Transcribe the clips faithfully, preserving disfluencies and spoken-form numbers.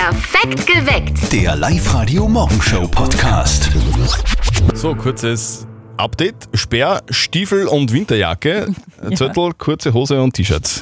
Perfekt geweckt. Der Live-Radio-Morgenshow-Podcast. So, kurzes Update. Sperr, Stiefel und Winterjacke. Ja. Zettel, kurze Hose und T-Shirts.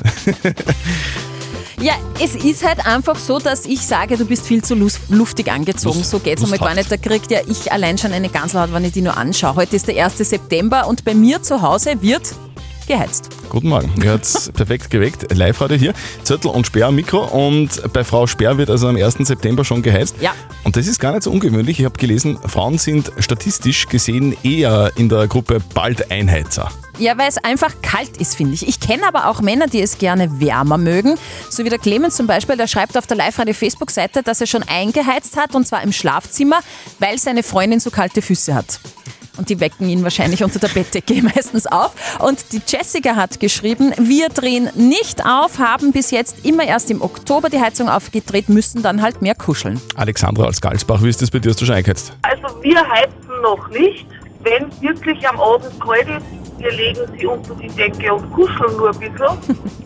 Ja, es ist halt einfach so, dass ich sage, du bist viel zu luftig angezogen. Lust, so geht's einmal gar nicht. Da kriegt ja ich allein schon eine Ganselhaut, wenn ich die nur anschaue. Heute ist der erste September und bei mir zu Hause wird geheizt. Guten Morgen. Ihr habt's perfekt geweckt. Live-Radio hier. Zettel und Sperr am Mikro. Und bei Frau Sperr wird also am ersten September schon geheizt. Ja. Und das ist gar nicht so ungewöhnlich. Ich habe gelesen, Frauen sind statistisch gesehen eher in der Gruppe bald Einheizer. Ja, weil es einfach kalt ist, finde ich. Ich kenne aber auch Männer, die es gerne wärmer mögen. So wie der Clemens zum Beispiel, der schreibt auf der Live-Radio-Facebook-Seite, dass er schon eingeheizt hat, und zwar im Schlafzimmer, weil seine Freundin so kalte Füße hat. Und die wecken ihn wahrscheinlich unter der Bettdecke meistens auf. Und die Jessica hat geschrieben, wir drehen nicht auf, haben bis jetzt immer erst im Oktober die Heizung aufgedreht, müssen dann halt mehr kuscheln. Alexandra aus Galsbach, wie ist das bei dir? Hast du schon eingeheizt? Also wir heizen noch nicht. Wenn es wirklich am Abend kalt ist, wir legen sie unter die Decke und kuscheln nur ein bisschen.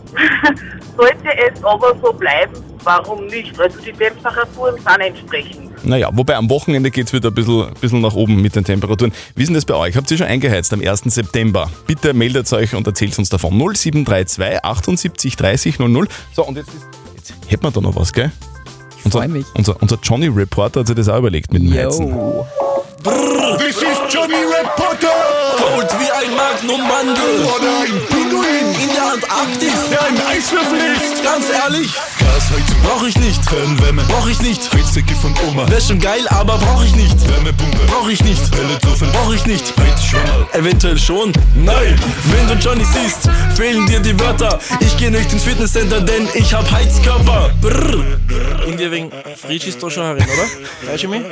Sollte es aber so bleiben, warum nicht? Also die Temperaturen sind entsprechend. Naja, wobei am Wochenende geht es wieder ein bisschen, bisschen nach oben mit den Temperaturen. Wie ist denn das bei euch? Habt ihr schon eingeheizt am ersten September? Bitte meldet euch und erzählt uns davon. null sieben drei zwei achtundsiebzig dreißig null null. So, und jetzt, ist, jetzt hätten wir da noch was, gell? Ich freue mich. Unser, unser Johnny Reporter hat sich das auch überlegt mit dem Heizen. Brrr, this is Johnny Reporter! Cold wie ein Magnum-Mandel! Oder ein Pinguin! In der Antarktis! Der ein Eiswürfel ist! Ganz ehrlich! Gasheizung brauch ich nicht! Fernwärme brauch ich nicht! Heizdecke von Oma! Wär schon geil, aber brauch ich nicht! Wärmepumpe brauch ich nicht! Pelletofen brauch ich nicht! Heizschwammerl eventuell schon! Nein! Wenn du Johnny siehst, fehlen dir die Wörter! Ich geh nicht ins Fitnesscenter, denn ich hab Heizkörper! Brrr! In dir wegen frisch ist da schon herin, oder? Weißt du mich?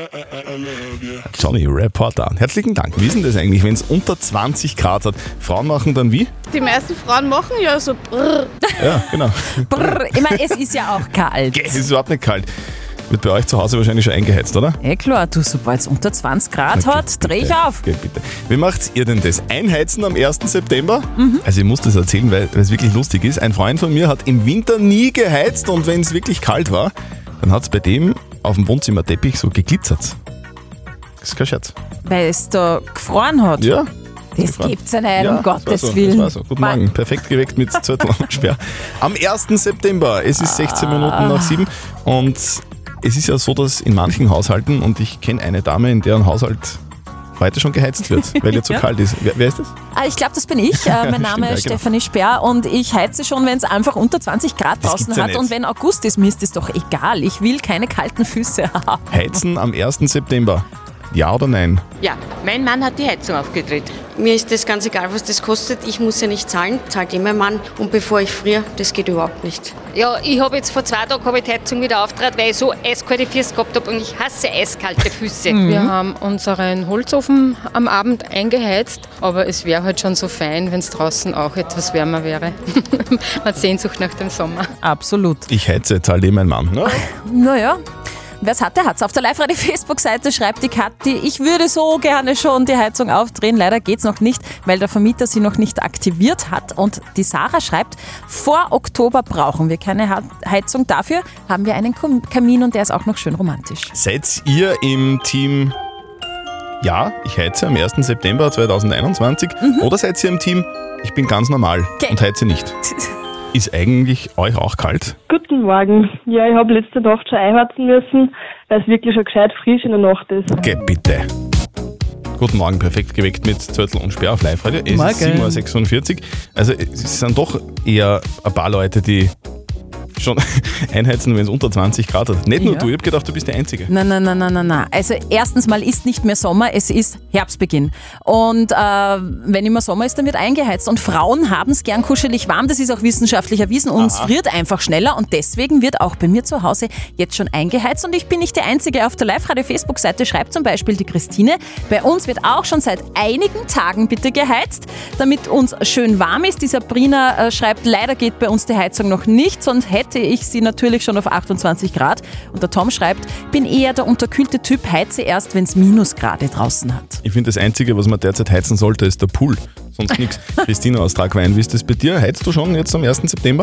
Johnny Reporter. Herzlichen Dank. Wie ist denn das eigentlich, wenn es unter zwanzig Grad hat? Frauen machen dann wie? Die meisten Frauen machen ja so brrr. Ja, genau. Brrr. Ich meine, es ist ja auch kalt. Es ist überhaupt nicht kalt. Wird bei euch zu Hause wahrscheinlich schon eingeheizt, oder? Eh klar, du, sobald es unter zwanzig Grad hat, dreh ich auf. Okay, bitte. Wie macht ihr denn das? Einheizen am ersten September? Mhm. Also ich muss das erzählen, weil es wirklich lustig ist. Ein Freund von mir hat im Winter nie geheizt und wenn es wirklich kalt war, dann hat es bei dem auf dem Wohnzimmerteppich so geglitzert. Das ist kein Scherz. Weil es da gefroren hat? Ja. Das gibt's ja nicht, ja, um Gottes so, Willen. Das war so. Guten Morgen, perfekt geweckt mit Zettel und Sperr. Am ersten September, es ist sechzehn Minuten nach sieben und es ist ja so, dass in manchen Haushalten, und ich kenne eine Dame, in deren Haushalt heute schon geheizt wird, weil jetzt so ja. kalt ist. Wer, wer ist das? Ah, ich glaube, das bin ich. Äh, mein Name ist ja, genau. Stefanie Sperr und ich heize schon, wenn es einfach unter zwanzig Grad Das draußen gibt's ja hat. nicht. Und wenn August ist, mir ist das doch egal. Ich will keine kalten Füße haben. Heizen am ersten September. Ja oder nein? Ja, mein Mann hat die Heizung aufgedreht. Mir ist das ganz egal, was das kostet. Ich muss ja nicht zahlen, zahlt immer mein Mann. Und bevor ich friere, das geht überhaupt nicht. Ja, ich habe jetzt vor zwei Tagen hab ich die Heizung wieder aufgedreht, weil ich so eiskalte Füße gehabt habe und ich hasse eiskalte Füße. Mhm. Wir haben unseren Holzofen am Abend eingeheizt, aber es wäre halt schon so fein, wenn es draußen auch etwas wärmer wäre. Man hat Sehnsucht nach dem Sommer. Absolut. Ich heize, zahlt eh mein Mann. Ne? Naja. Wer es hat, der hat's. Auf der Live-Radio-Facebook-Seite schreibt die Kathi, ich würde so gerne schon die Heizung aufdrehen. Leider geht's noch nicht, weil der Vermieter sie noch nicht aktiviert hat. Und die Sarah schreibt, vor Oktober brauchen wir keine Heizung. Dafür haben wir einen Kamin und der ist auch noch schön romantisch. Seid ihr im Team Ja, ich heize am ersten September zweitausendeinundzwanzig mhm. oder seid ihr im Team Ich bin ganz normal okay. und heize nicht? Ist eigentlich euch auch kalt? Guten Morgen. Ja, ich habe letzte Nacht schon einheizen müssen, weil es wirklich schon gescheit frisch in der Nacht ist. Okay, bitte. Guten Morgen, perfekt geweckt mit Zettel und Sperr auf Live-Radio. Es Morgen. ist sieben Uhr sechsundvierzig. Also es sind doch eher ein paar Leute, die schon einheizen, wenn es unter zwanzig Grad hat. Nicht nur ja. du, ich habe gedacht, du bist der Einzige. Nein, nein, nein, nein, nein, nein. Also erstens mal ist nicht mehr Sommer, es ist Herbstbeginn. Und äh, wenn immer Sommer ist, dann wird eingeheizt. Und Frauen haben es gern kuschelig warm, das ist auch wissenschaftlich erwiesen. Und es friert einfach schneller und deswegen wird auch bei mir zu Hause jetzt schon eingeheizt. Und ich bin nicht die Einzige. Auf der Live-Radio-Facebook-Seite schreibt zum Beispiel die Christine, bei uns wird auch schon seit einigen Tagen bitte geheizt, damit uns schön warm ist. Die Sabrina äh, schreibt, leider geht bei uns die Heizung noch nicht, sonst hätte ich sie natürlich schon auf achtundzwanzig Grad. Und der Tom schreibt, bin eher der unterkühlte Typ, heize erst, wenn es Minusgrade draußen hat. Ich finde, das Einzige, was man derzeit heizen sollte, ist der Pool. Sonst nichts. Christina aus Tragwein, wie ist das bei dir? Heizt du schon jetzt am ersten September?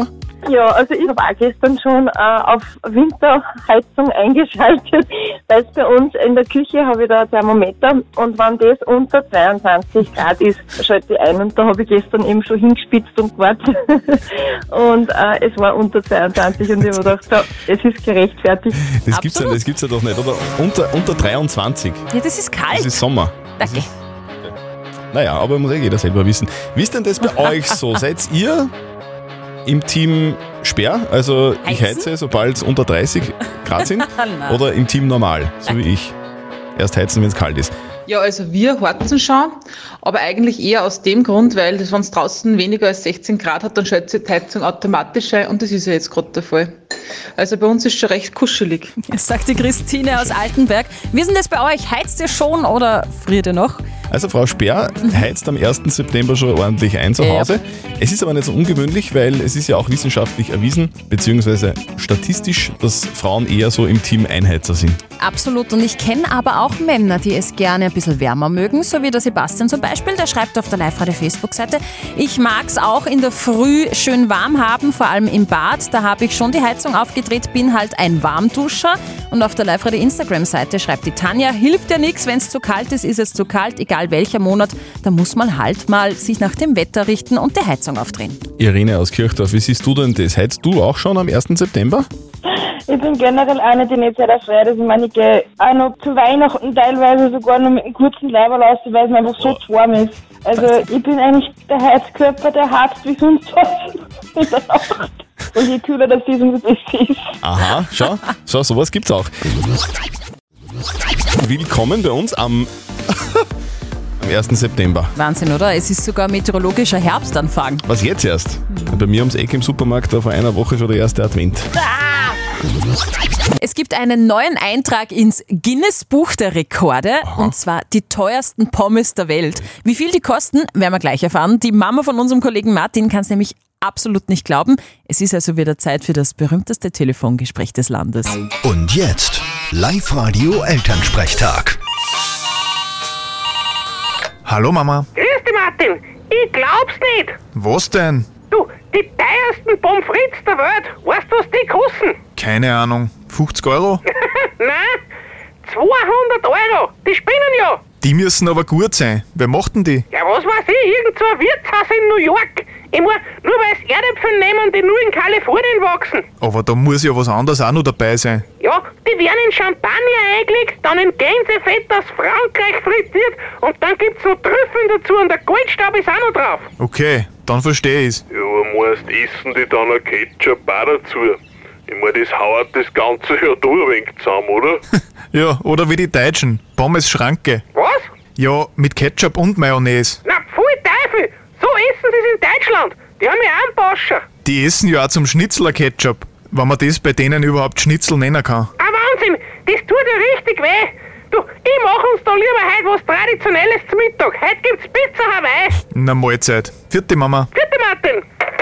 Ja, also ich habe auch gestern schon äh, auf Winterheizung eingeschaltet, weil es bei uns in der Küche habe ich da ein Thermometer und wenn das unter zweiundzwanzig Grad ist, schalte ich ein und da habe ich gestern eben schon hingespitzt und gewartet und äh, es war unter zweiundzwanzig und ich habe gedacht, so, es ist gerechtfertigt. Das gibt's ja, das gibt's ja doch nicht, oder? Unter, unter dreiundzwanzig. Ja, das ist kalt. Das ist Sommer. Danke. Naja, aber muss eh jeder selber wissen. Wie ist denn das bei euch so? Seid ihr im Team Sperr, also ich heize, sobald es unter dreißig Grad sind, oder im Team Normal, so wie ich? Erst heizen, wenn es kalt ist. Ja, also wir horzen schon, aber eigentlich eher aus dem Grund, weil wenn es draußen weniger als sechzehn Grad hat, dann schaltet sich die Heizung automatisch ein und das ist ja jetzt gerade der Fall. Also bei uns ist schon recht kuschelig. Das sagt die Christine aus Altenberg. Wie ist denn das bei euch? Heizt ihr schon oder friert ihr noch? Also Frau Sperr heizt am ersten September schon ordentlich ein zu Hause. Ja. Es ist aber nicht so ungewöhnlich, weil es ist ja auch wissenschaftlich erwiesen, beziehungsweise statistisch, dass Frauen eher so im Team Einheizer sind. Absolut. Und ich kenne aber auch Männer, die es gerne ein bisschen wärmer mögen, so wie der Sebastian zum Beispiel. Der schreibt auf der Live-Radio-Facebook-Seite, ich mag es auch in der Früh schön warm haben, vor allem im Bad. Da habe ich schon die Heizung aufgedreht, bin halt ein Warmduscher. Und auf der Live-Radio-Instagram-Seite schreibt die Tanja, hilft ja nichts, wenn es zu kalt ist, ist es zu kalt, egal welcher Monat. Da muss man halt mal sich nach dem Wetter richten und die Heizung aufdrehen. Irene aus Kirchdorf, wie siehst du denn das? Heizt du auch schon am ersten September? Ich bin generell eine, die nicht sehr erfreut ist. Ich meine, ich gehe auch noch zu Weihnachten teilweise sogar noch mit einem kurzen Leiberl raus, weil es mir einfach so zu warm ist. Also ich bin eigentlich der Heizkörper, der harzt wie sonst was in der Nacht. Und je kühler das ist, umso besser ist. Aha, schau, so, sowas gibt's auch. Willkommen bei uns am, am ersten September. Wahnsinn, oder? Es ist sogar meteorologischer Herbstanfang. Was jetzt erst? Mhm. Bei mir ums Eck im Supermarkt war vor einer Woche schon der erste Advent. Ah! Es gibt einen neuen Eintrag ins Guinness-Buch der Rekorde. Aha. Und zwar die teuersten Pommes der Welt. Wie viel die kosten, werden wir gleich erfahren. Die Mama von unserem Kollegen Martin kann es nämlich absolut nicht glauben. Es ist also wieder Zeit für das berühmteste Telefongespräch des Landes. Und jetzt Live-Radio Elternsprechtag. Hallo Mama. Grüß dich Martin, ich glaub's nicht. Was denn? Du, die teuersten Pommes frites der Welt, weißt du, was die kosten? Keine Ahnung, fünfzig Euro? Nein, zweihundert Euro, die spinnen ja. Die müssen aber gut sein, wer macht denn die? Ja, was weiß ich, irgend so ein Wirtshaus in New York. Ich mein, nur weil es Erdäpfel nehmen, die nur in Kalifornien wachsen. Aber da muss ja was anderes auch noch dabei sein. Ja, die werden in Champagner eingelegt, dann in Gänsefett aus Frankreich frittiert und dann gibt's noch Trüffeln dazu und der Goldstaub ist auch noch drauf. Okay, dann verstehe ich's. Ja, aber meist essen die dann ein Ketchup auch dazu. Ich mein, das haut das ganze Jahr durch ein wenig zusammen, oder? Ja, oder wie die Deutschen, Pommes Schranke. Was? Ja, mit Ketchup und Mayonnaise. Na, pfui Teufel! So essen sie es in Deutschland. Die haben ja auch einen Bauscher. Die essen ja auch zum Schnitzler Ketchup, wenn man das bei denen überhaupt Schnitzel nennen kann. Ah, Wahnsinn! Das tut ja richtig weh. Du, ich mach uns da lieber heute was Traditionelles zum Mittag. Heute gibt's Pizza Hawaii. Na, Mahlzeit. Vierte Mama. Vierte Martin.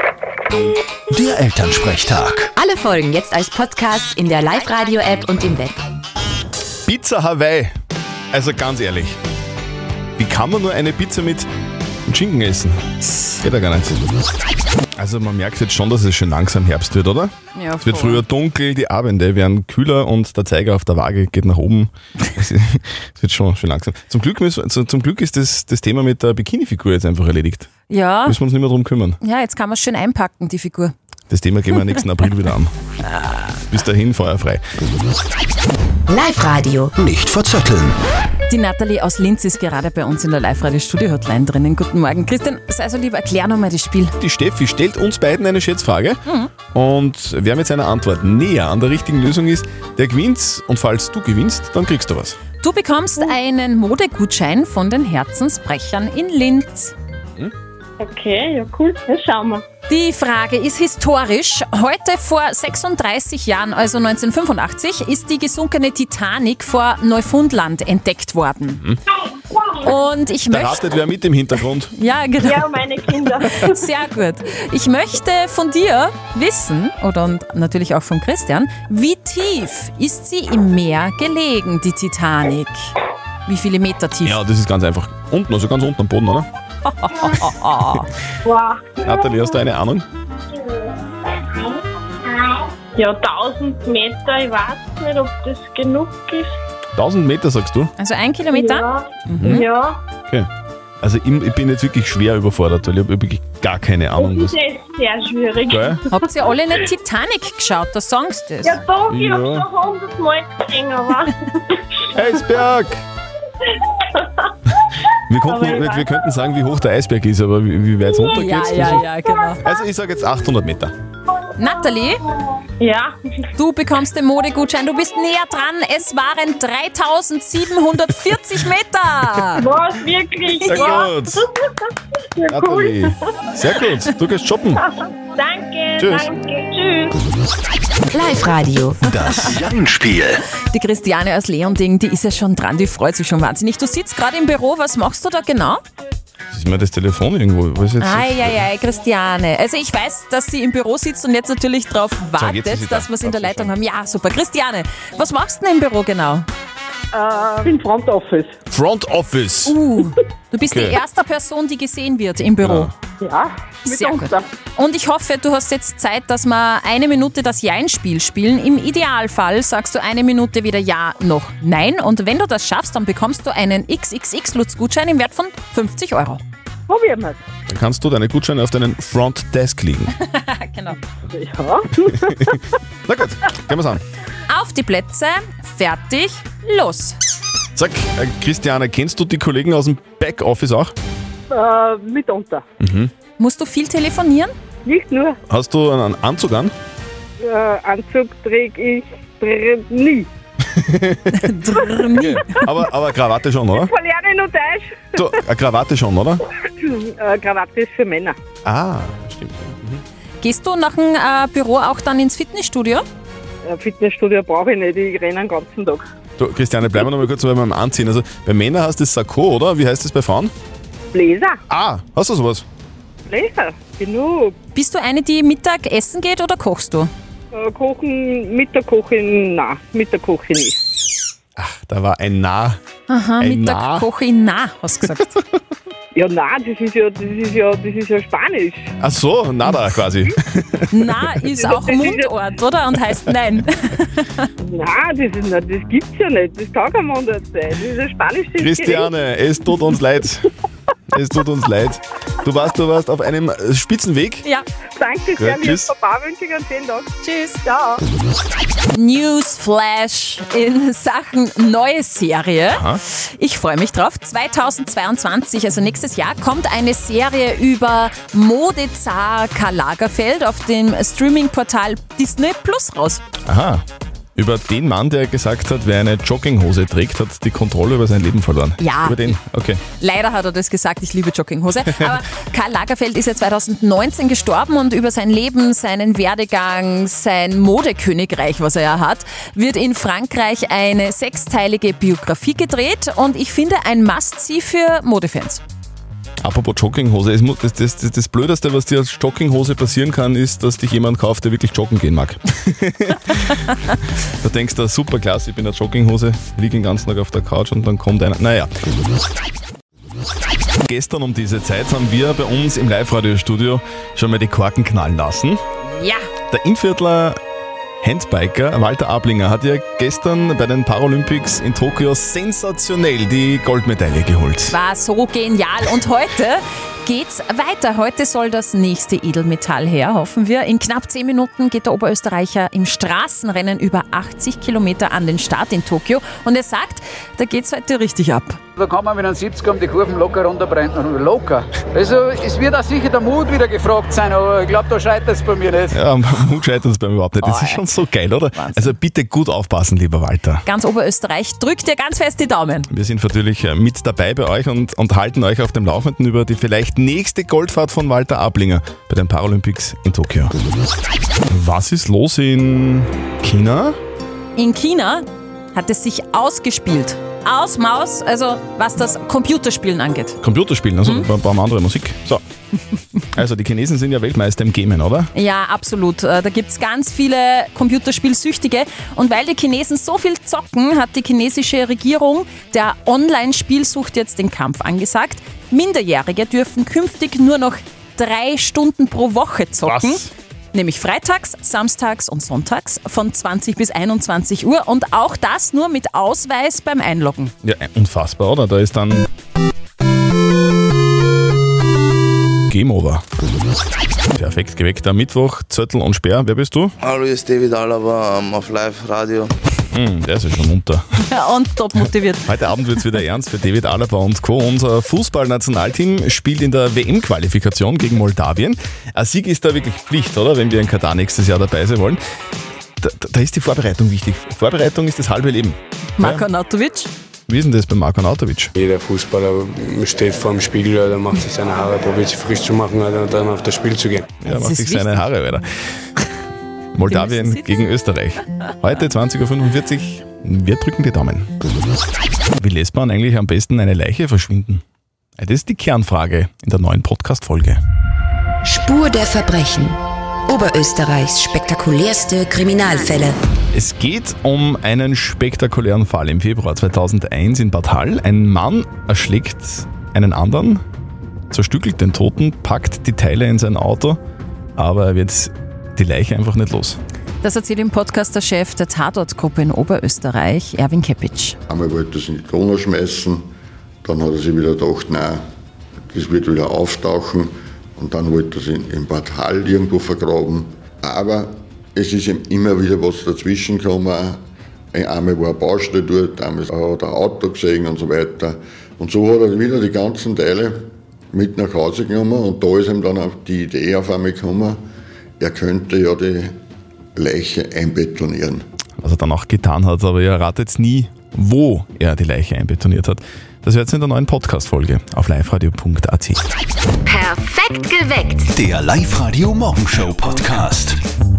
Der Elternsprechtag. Alle Folgen jetzt als Podcast in der Live-Radio-App und im Web. Pizza Hawaii. Also ganz ehrlich, wie kann man nur eine Pizza mit Schinken essen? Geht ja gar nicht. Also man merkt jetzt schon, dass es schon langsam Herbst wird, oder? Ja, es wird früher dunkel, die Abende werden kühler und der Zeiger auf der Waage geht nach oben. Es wird schon, schon langsam. Zum Glück, müssen, zum Glück ist das, das Thema mit der Bikini-Figur jetzt einfach erledigt. Ja. Müssen wir uns nicht mehr drum kümmern. Ja, jetzt kann man es schön einpacken, die Figur. Das Thema gehen wir nächsten April wieder an. Bis dahin feuerfrei. Live-Radio. Nicht verzetteln. Die Nathalie aus Linz ist gerade bei uns in der Live-Radio-Studio-Hotline drinnen. Guten Morgen. Christian, sei so lieb, erklär nochmal das Spiel. Die Steffi stellt uns beiden eine Schätzfrage. Mhm. Und wer mit seiner Antwort näher an der richtigen Lösung ist, der gewinnt. Und falls du gewinnst, dann kriegst du was. Du bekommst einen Modegutschein von den Herzensbrechern in Linz. Mhm. Okay, ja cool, das schauen wir. Die Frage ist historisch. Heute vor sechsunddreißig Jahren, also neunzehnhundertfünfundachtzig, ist die gesunkene Titanic vor Neufundland entdeckt worden. Mhm. Und ich da möchte... rastet wer mit im Hintergrund. Ja, genau. Ja, meine Kinder. Sehr gut. Ich möchte von dir wissen, oder und natürlich auch von Christian, wie tief ist sie im Meer gelegen, die Titanic? Wie viele Meter tief? Ja, das ist ganz einfach. Unten, also ganz unten am Boden, oder? Wow. Nathalie, hast du eine Ahnung? Ja, tausend Meter, ich weiß nicht, ob das genug ist. tausend Meter sagst du? Also ein Kilometer? Ja. Mhm. Ja. Okay. Also ich, ich bin jetzt wirklich schwer überfordert, weil ich habe wirklich gar keine Ahnung. Das Was. ist echt sehr schwierig. Geil. Habt ihr alle nicht Titanic geschaut? Da sagen sie das. Ja, doch, ich Ja. hab's noch hundertmal gesehen, aber... Eisberg! Wir, konnten, Aber ich wir, weiß- wir könnten sagen, wie hoch der Eisberg ist, aber wie, wie weit runter Ja, geht's? ja, Das- ja, genau. Also ich sage jetzt achthundert Meter. Nathalie, Ja. du bekommst den Modegutschein. Du bist näher dran. Es waren dreitausendsiebenhundertvierzig Meter. Was, wirklich? Sehr Was? gut. Ja, Nathalie. cool. Sehr gut. Du gehst shoppen. Danke, Tschüss. danke, tschüss. Live-Radio. Das Jein-Spiel. Die Christiane aus Leonding, die ist ja schon dran. Die freut sich schon wahnsinnig. Du sitzt gerade im Büro. Was machst du da genau? Ist mir das Telefon irgendwo? Was ist jetzt? Eieiei, Christiane. Also ich weiß, dass sie im Büro sitzt und jetzt natürlich darauf wartet, jetzt ist sie da. dass wir sie in der Leitung haben. Ja, super. Christiane, was machst du denn im Büro genau? Äh, im Front Office. Front Office. Uh, du bist Okay. die erste Person, die gesehen wird im Büro. Ja, Sehr gut. mitunter. Und ich hoffe, du hast jetzt Zeit, dass wir eine Minute das Jein-Spiel spielen. Im Idealfall sagst du eine Minute weder Ja noch Nein. Und wenn du das schaffst, dann bekommst du einen X X X-Lutz-Gutschein im Wert von fünfzig Euro. Probieren wir es. Dann kannst du deine Gutscheine auf deinen Front Desk legen. Genau. Ja. Na gut, gehen wir's an. Auf die Plätze, fertig, los. Sag, äh, Christiane, kennst du die Kollegen aus dem Backoffice auch? äh, mitunter. Mhm. Musst du viel telefonieren? Nicht nur. Hast du einen Anzug an? Äh, Anzug träge ich dr- nie. Okay. Aber, aber Krawatte schon, oder? Verlerne nur Deutsch. Du, eine Krawatte schon, oder? äh, Krawatte ist für Männer. Ah, stimmt. Gehst du nach dem äh, Büro auch dann ins Fitnessstudio? Äh, Fitnessstudio brauche ich nicht, ich renne den ganzen Tag. Du, Christiane, bleiben wir noch mal kurz beim Anziehen. Also bei Männern heißt das Sakko, oder? Wie heißt das bei Frauen? Bläser. Ah, hast du sowas? Bläser, genug. Bist du eine, die Mittag essen geht oder kochst du? Äh, kochen, Mittag koche ich, nein, Mittag koche ich nicht. Da war ein Nah. Aha, Ein Mittag Na? koche ich nah, hast du gesagt. Ja, nein, das ist ja, das ist ja, das ist ja Spanisch. Ach so, nada quasi. Na ist auch Mundort, oder? Und heißt nein. Nein, das, ist nicht, das gibt's ja nicht. Das kann kein Mundart sein. Das ist ein spanisches Christiane, es tut uns leid. Es tut uns leid. Du warst, du warst auf einem Spitzenweg. Ja. Danke sehr, lieb tschüss. Papa, wünsche ich einen schönen Tag. Tschüss. Ciao. Newsflash in Sachen neue Serie. Aha. Ich freue mich drauf. zweitausendzweiundzwanzig, also nächstes Jahr, kommt eine Serie über Modezar Karl Lagerfeld auf dem Streaming-Portal Disney Plus raus. Aha. Über den Mann, der gesagt hat, wer eine Jogginghose trägt, hat die Kontrolle über sein Leben verloren. Ja. Über den? Okay. Leider hat er das gesagt, ich liebe Jogginghose. Aber Karl Lagerfeld ist ja zweitausendneunzehn gestorben und über sein Leben, seinen Werdegang, sein Modekönigreich, was er ja hat, wird in Frankreich eine sechsteilige Biografie gedreht und ich finde ein Must-See für Modefans. Apropos Jogginghose, es mu- das, das, das, das Blödeste, was dir als Jogginghose passieren kann, ist, dass dich jemand kauft, der wirklich joggen gehen mag. Da denkst du, super klasse, ich bin eine Jogginghose, liege den ganzen Tag auf der Couch und dann kommt einer. Naja. Gestern um diese Zeit haben wir bei uns im Live-Radio-Studio schon mal die Korken knallen lassen. Ja. Der Innviertler Handbiker Walter Ablinger hat ja gestern bei den Paralympics in Tokio sensationell die Goldmedaille geholt. War so genial und heute geht's weiter. Heute soll das nächste Edelmetall her, hoffen wir. In knapp zehn Minuten geht der Oberösterreicher im Straßenrennen über achtzig Kilometer an den Start in Tokio und er sagt, da geht's heute richtig ab. Da kann man mit einem siebziger um die Kurven locker runterbrennen. Locker. Also es wird auch sicher der Mut wieder gefragt sein, aber ich glaube, da scheitert es bei mir nicht. Ja, am Mut scheitert es bei mir überhaupt nicht. Das ist schon so geil, oder? Also bitte gut aufpassen, lieber Walter. Ganz Oberösterreich drückt dir ganz fest die Daumen. Wir sind natürlich mit dabei bei euch und, und halten euch auf dem Laufenden über die vielleicht nächste Goldfahrt von Walter Ablinger bei den Paralympics in Tokio. Was ist los in China? In China hat es sich ausgespielt. Aus Maus, also was das Computerspielen angeht. Computerspielen, also Mhm. ein paar andere Musik. So. Also die Chinesen sind ja Weltmeister im Gamen, oder? Ja, absolut. Äh, Da gibt es ganz viele Computerspielsüchtige. Und weil die Chinesen so viel zocken, hat die chinesische Regierung der Online-Spielsucht jetzt den Kampf angesagt. Minderjährige dürfen künftig nur noch drei Stunden pro Woche zocken. Was? nämlich freitags, samstags und sonntags von zwanzig bis einundzwanzig Uhr und auch das nur mit Ausweis beim Einloggen. Ja, unfassbar, oder? Da ist dann Game Over. Perfekt geweckt am Mittwoch, Zettel und Sperr. Wer bist du? Hallo, hier ist David Alaba um, auf Live-Radio. Hm, der ist ja schon munter. Und top motiviert. Heute Abend wird es wieder ernst für David Alaba und Co. Unser Fußballnationalteam spielt in der W M-Qualifikation gegen Moldawien. Ein Sieg ist da wirklich Pflicht, oder? Wenn wir in Katar nächstes Jahr dabei sein wollen. Da, da ist die Vorbereitung wichtig. Vorbereitung ist das halbe Leben. Marko Arnautovic? Wie ist denn das bei Marko Arnautovic? Jeder Fußballer steht vor dem Spiegel, oder macht sich seine Haare, probiert sich frisch zu machen oder, und dann auf das Spiel zu gehen. Ja, macht sich seine Haare, Alter. Moldawien gegen Österreich. Heute zwanzig Uhr fünfundvierzig. Wir drücken die Daumen. Wie lässt man eigentlich am besten eine Leiche verschwinden? Das ist die Kernfrage in der neuen Podcast-Folge. Spur der Verbrechen. Oberösterreichs spektakulärste Kriminalfälle. Es geht um einen spektakulären Fall im Februar zweitausendeins in Bad Hall. Ein Mann erschlägt einen anderen, zerstückelt den Toten, packt die Teile in sein Auto, aber er wird die Leiche einfach nicht los. Das erzählt im Podcast der Chef der Tatortgruppe in Oberösterreich, Erwin Kepic. Einmal wollte er es in die Donau schmeißen, dann hat er sich wieder gedacht, nein, das wird wieder auftauchen und dann wollte er es in, in Bad Hall irgendwo vergraben. Aber es ist ihm immer wieder was dazwischen gekommen. Einmal war eine Baustelle dort, einmal hat er ein Auto gesehen und so weiter. Und so hat er wieder die ganzen Teile mit nach Hause genommen und da ist ihm dann auch die Idee auf einmal gekommen, er könnte ja die Leiche einbetonieren. Was er dann auch getan hat, aber ihr erratet nie, wo er die Leiche einbetoniert hat. Das hört ihr in der neuen Podcast-Folge auf liveradio punkt a t. Perfekt geweckt. Der Live-Radio Morgenshow Podcast.